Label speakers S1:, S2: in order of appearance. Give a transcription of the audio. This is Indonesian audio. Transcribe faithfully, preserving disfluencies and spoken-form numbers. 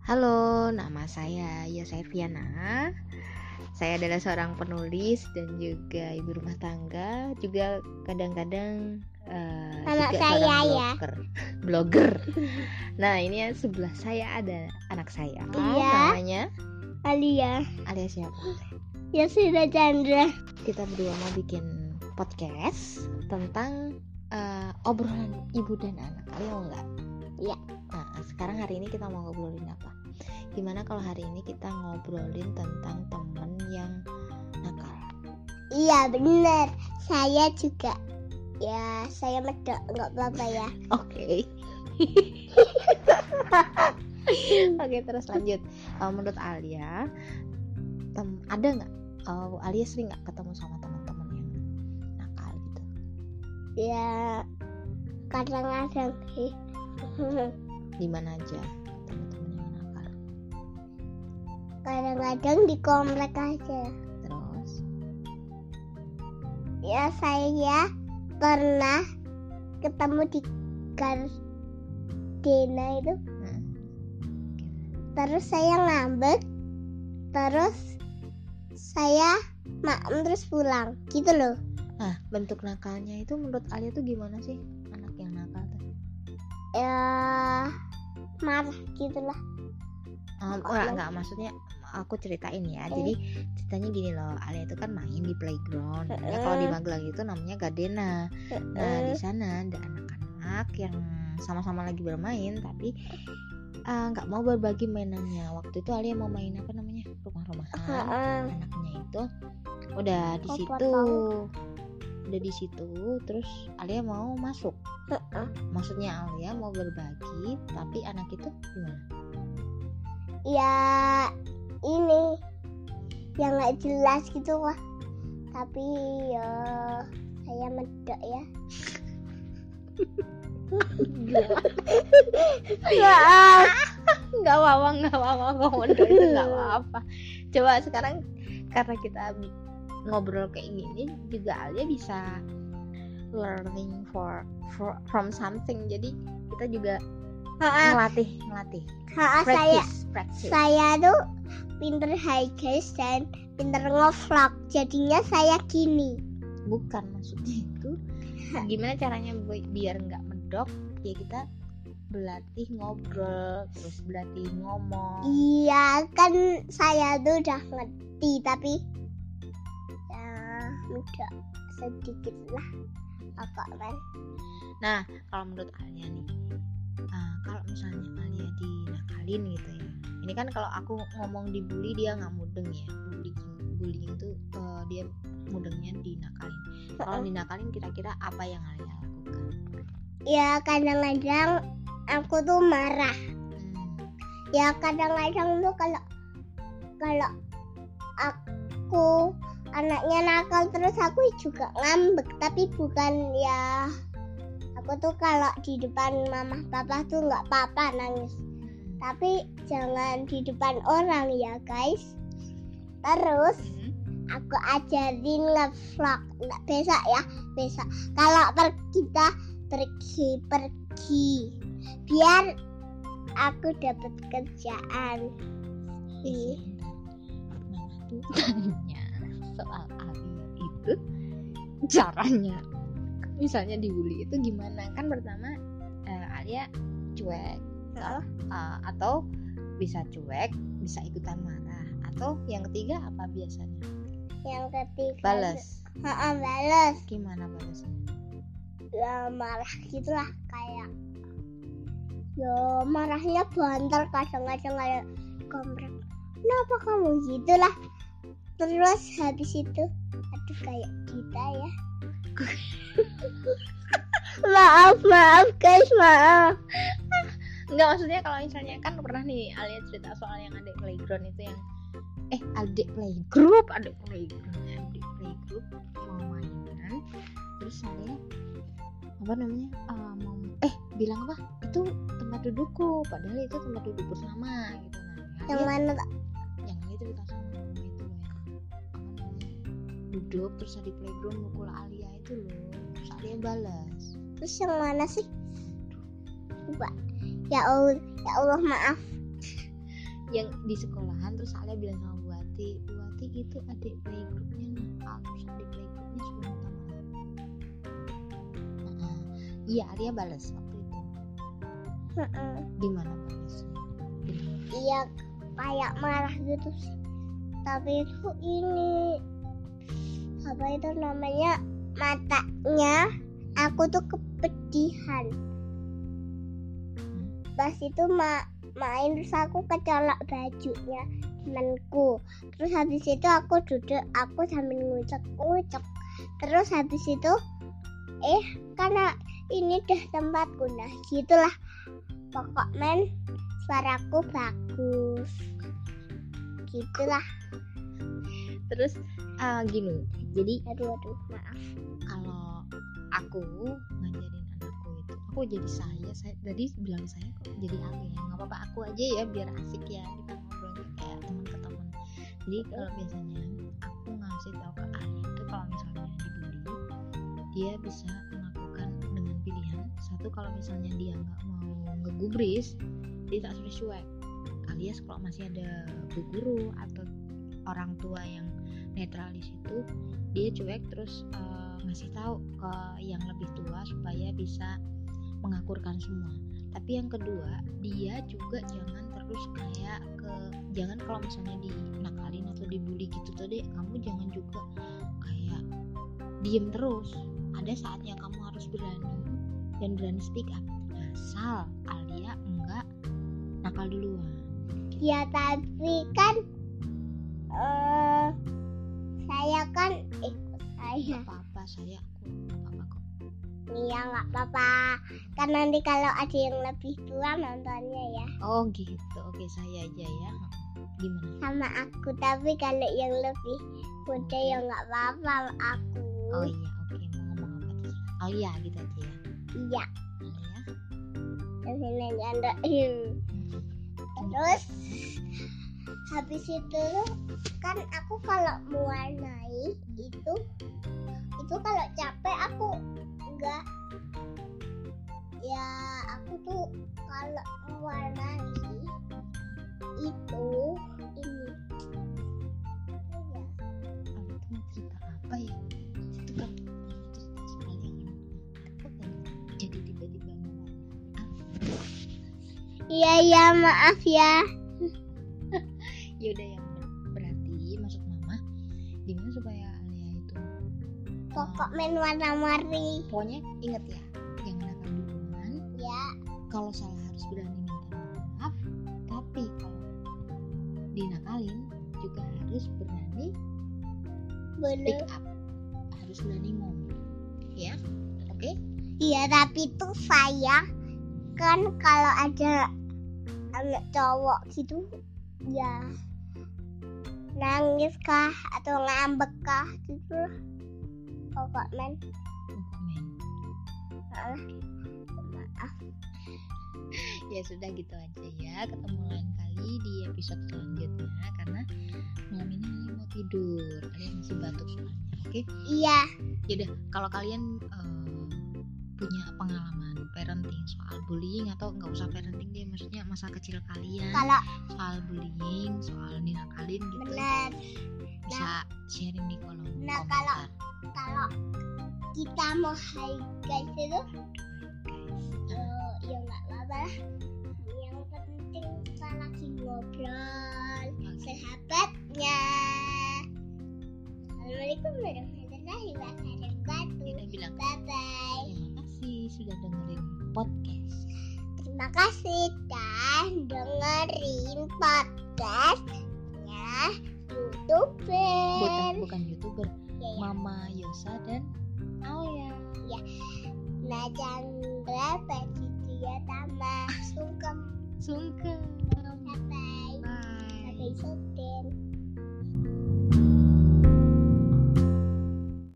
S1: Halo, nama saya Yosef Fiana. Saya adalah seorang penulis dan juga ibu rumah tangga, juga kadang-kadang uh,
S2: Anak
S1: juga
S2: saya
S1: seorang
S2: ya.
S1: blogger. Blogger. Nah, ini ya sebelah saya ada anak saya.
S2: Iya.
S1: Namanya
S2: Alia.
S1: Alia siapa?
S2: Ya sudah Chandra.
S1: Kita berdua mau bikin podcast tentang uh, obrolan ibu dan anak. Alia mau nggak?
S2: Iya.
S1: Nah, sekarang hari ini kita mau ngobrolin apa? Gimana kalau hari ini kita ngobrolin tentang temen yang nakal?
S2: Iya benar. Saya juga. Ya saya medok, nggak apa-apa ya.
S1: Oke. Oke, terus lanjut. Uh, menurut Alia, tem- ada nggak? Uh, Alia sering nggak ketemu sama teman-teman yang nakal gitu?
S2: Ya kadang-kadang sih.
S1: Di mana aja teman-teman yang nakal?
S2: Kadang-kadang di komplek aja.
S1: Terus?
S2: Ya saya pernah ketemu di Gardena itu.
S1: Hmm.
S2: Terus saya ngambek. Terus saya maem terus pulang. Gitu loh.
S1: Nah, bentuk nakalnya itu menurut Alia tuh gimana sih? Anak yang nakal tuh?
S2: Ya marah gitulah.
S1: Um, enggak, enggak, maksudnya aku ceritain ya.
S2: Eh.
S1: Jadi ceritanya gini loh, Alia itu kan main di playground. Namanya kalau di Magelang itu namanya Gardena. Nah, di sana ada anak-anak yang sama-sama lagi bermain tapi nggak uh, mau berbagi mainannya. Waktu itu Alia mau main apa namanya? Rumah-rumahan. Anaknya itu udah di situ. Udah di situ, terus Alia mau masuk.
S2: Uh-uh.
S1: Maksudnya Alia mau berbagi, tapi anak itu gimana?
S2: Ya ini yang nggak jelas gitu lah. Tapi ya saya medok ya.
S1: Maaf. Nggak apa-apa, nggak apa-apa, nggak medok itu nggak apa-apa. Coba sekarang karena kita ngobrol kayak gini juga Alia bisa learning for, for from something, jadi kita juga ngelatih ngelatih
S2: saya
S1: practice.
S2: Saya tuh pinter high guys dan pinter ngevlog, jadinya saya gini.
S1: Bukan, maksudnya itu gimana caranya biar nggak medok, ya kita berlatih ngobrol, terus berlatih ngomong.
S2: Iya kan saya tuh udah ngerti tapi udah sedikit lah apa kan.
S1: Nah, kalau menurut Alia nih, uh, kalau misalnya Alia dinakalin gitu ya, ini kan kalau aku ngomong dibully dia nggak mudeng ya, bullying bullying itu uh, dia mudengnya dinakalin. Kalau dinakalin kira-kira apa yang Alia lakukan?
S2: Ya kadang-kadang aku tuh marah.
S1: Hmm.
S2: Ya kadang-kadang tuh kalau kalau aku anaknya nakal terus aku juga ngambek, tapi bukan ya aku tuh kalau di depan mama papa tuh nggak apa-apa nangis, tapi jangan di depan orang ya guys. Terus aku ajarin ngevlog, nggak besok ya besok kalau pergi kita pergi pergi biar aku dapat kerjaan sih.
S1: Mama tuh tanya soal Alia itu caranya misalnya dibully itu gimana. Kan pertama uh, Alia cuek uh, uh, atau bisa cuek, bisa ikutan marah, atau yang ketiga apa biasanya?
S2: Yang ketiga
S1: balas.
S2: Heeh, balas.
S1: Gimana balasnya?
S2: Ya marah gitulah, kayak ya marahnya bantal, kadang-kadang kayak komprek. Kenapa kamu gitulah? Terus habis itu aduh kayak kita ya. maaf maaf guys maaf.
S1: Enggak, maksudnya kalau misalnya kan pernah nih Alia cerita soal yang adik playground itu yang eh adik playgroup adik playgroup adik playgroup mau mainan, terus Alia apa namanya uh, mau eh bilang apa itu tempat dudukku, padahal itu tempat duduk bersama gitu. Nah,
S2: yang mana tak?
S1: Yang ini cerita sama mama itu loh, yang duduk terus di playground mukul Alia itu loh, terus Alia balas.
S2: Terus yang mana sih? Coba. Ya Allah, ya Allah maaf.
S1: yang di sekolahan, terus Alia bilang sama Bu Ati, Bu Ati itu adik playgroupnya nakal, terus adik playgroupnya sudah minta maaf. uh-uh. Iya, Alia balas waktu itu.
S2: uh-uh.
S1: Gimana balasnya?
S2: Iya kayak marah gitu sih, tapi itu ini apa itu namanya, matanya aku tuh kepedihan. Pas itu ma main terus aku kecolok bajunya temanku, terus habis itu aku duduk, aku sambil ngucek-ngucek, terus habis itu eh karena ini udah tempatku, nah gitulah pokoknya suaraku bagus gitulah.
S1: Terus uh, gini, jadi
S2: aduh aduh maaf,
S1: kalau aku ngajarin anakku itu, aku jadi saya, saya tadi bilang saya kok jadi aku ya, nggak apa-apa aku aja ya biar asik ya, kita ngobrolnya kayak teman ke teman. Jadi kalau biasanya aku ngasih tahu ke Alia itu kalau misalnya dibully, dia bisa melakukan dengan pilihan satu, kalau misalnya dia nggak mau ngegubris, dia tak suruh cuek, alias kalau masih ada bu guru atau orang tua yang netral di situ, dia cuek terus uh, ngasih tahu ke yang lebih tua supaya bisa mengakurkan semua. Tapi yang kedua, dia juga jangan terus kayak ke jangan kalau misalnya dinakalin atau dibully gitu tadi, kamu jangan juga kayak diem terus. Ada saatnya kamu harus berani dan berani speak up, asal Alia enggak nakal duluan.
S2: Ya tapi kan uh, saya kan eh saya
S1: Gak apa-apa, saya aku gak apa-apa kok.
S2: iya nggak apa-apa kan nanti kalau ada yang lebih tua nontonnya ya.
S1: Oh gitu, oke saya aja ya. Gimana?
S2: Sama aku, tapi kalau yang lebih muda ya nggak apa-apa aku.
S1: Oh iya, oke, mau ngomong apa terus? Oh iya, gitu aja ya.
S2: Iya.
S1: Alia.
S2: Terus ini nyandain. Terus habis itu kan aku kalau mewarnai itu itu kalau capek aku enggak ya, aku tuh kalau mewarnai itu ini ya.
S1: Oh, itu mau cerita apa ya? Itu kan cerita soal yang apa kan? Jadi tiba-tiba mewarnai.
S2: Iya ya maaf ya.
S1: Yaudah, yang berarti maksud mama gimana supaya Alia itu
S2: Pokok main warna-warni.
S1: pokoknya inget ya, jangan nakal duluan
S2: Ya.
S1: kalau salah harus berani minta maaf, tapi kalau dinakalin juga harus berani speak
S2: Belum.
S1: up, harus berani ngomong ya, oke? Okay?
S2: Iya tapi tuh saya kan kalau ada anak cowok gitu ya nangis kah atau ngambek kah gitu pokok men.
S1: Komen.
S2: Ah, maaf.
S1: Ya sudah gitu aja ya, ketemu lain kali di episode selanjutnya karena malam ini Alia mau tidur, Alia masih batuk soalnya, oke? Okay?
S2: Iya.
S1: Yaudah, kalau kalian uh, punya pengalaman parenting soal bullying atau nggak usah parenting deh, maksudnya masa kecil kalian
S2: Kalau
S1: soal bullying, soal dinakalin gitu,
S2: benar.
S1: bisa sharing di kolom
S2: Nah,
S1: komentar.
S2: kalau kalau kita mau hai guys itu oh, ya nggak apa-apa lah. Yang penting kita lagi ngobrol sahabatnya. Assalamualaikum warahmatullahi wabarakatuh.
S1: Kita bilang
S2: Bye bye.
S1: terima kasih sudah dengerin podcast.
S2: Terima kasih dan dengerin podcastnya YouTuber.
S1: Bukan bukan youtuber,
S2: Ya, ya.
S1: Mama Yosa dan Alia.
S2: Nah, Chandra Prasetya Tama Sungkem.
S1: Sungkem.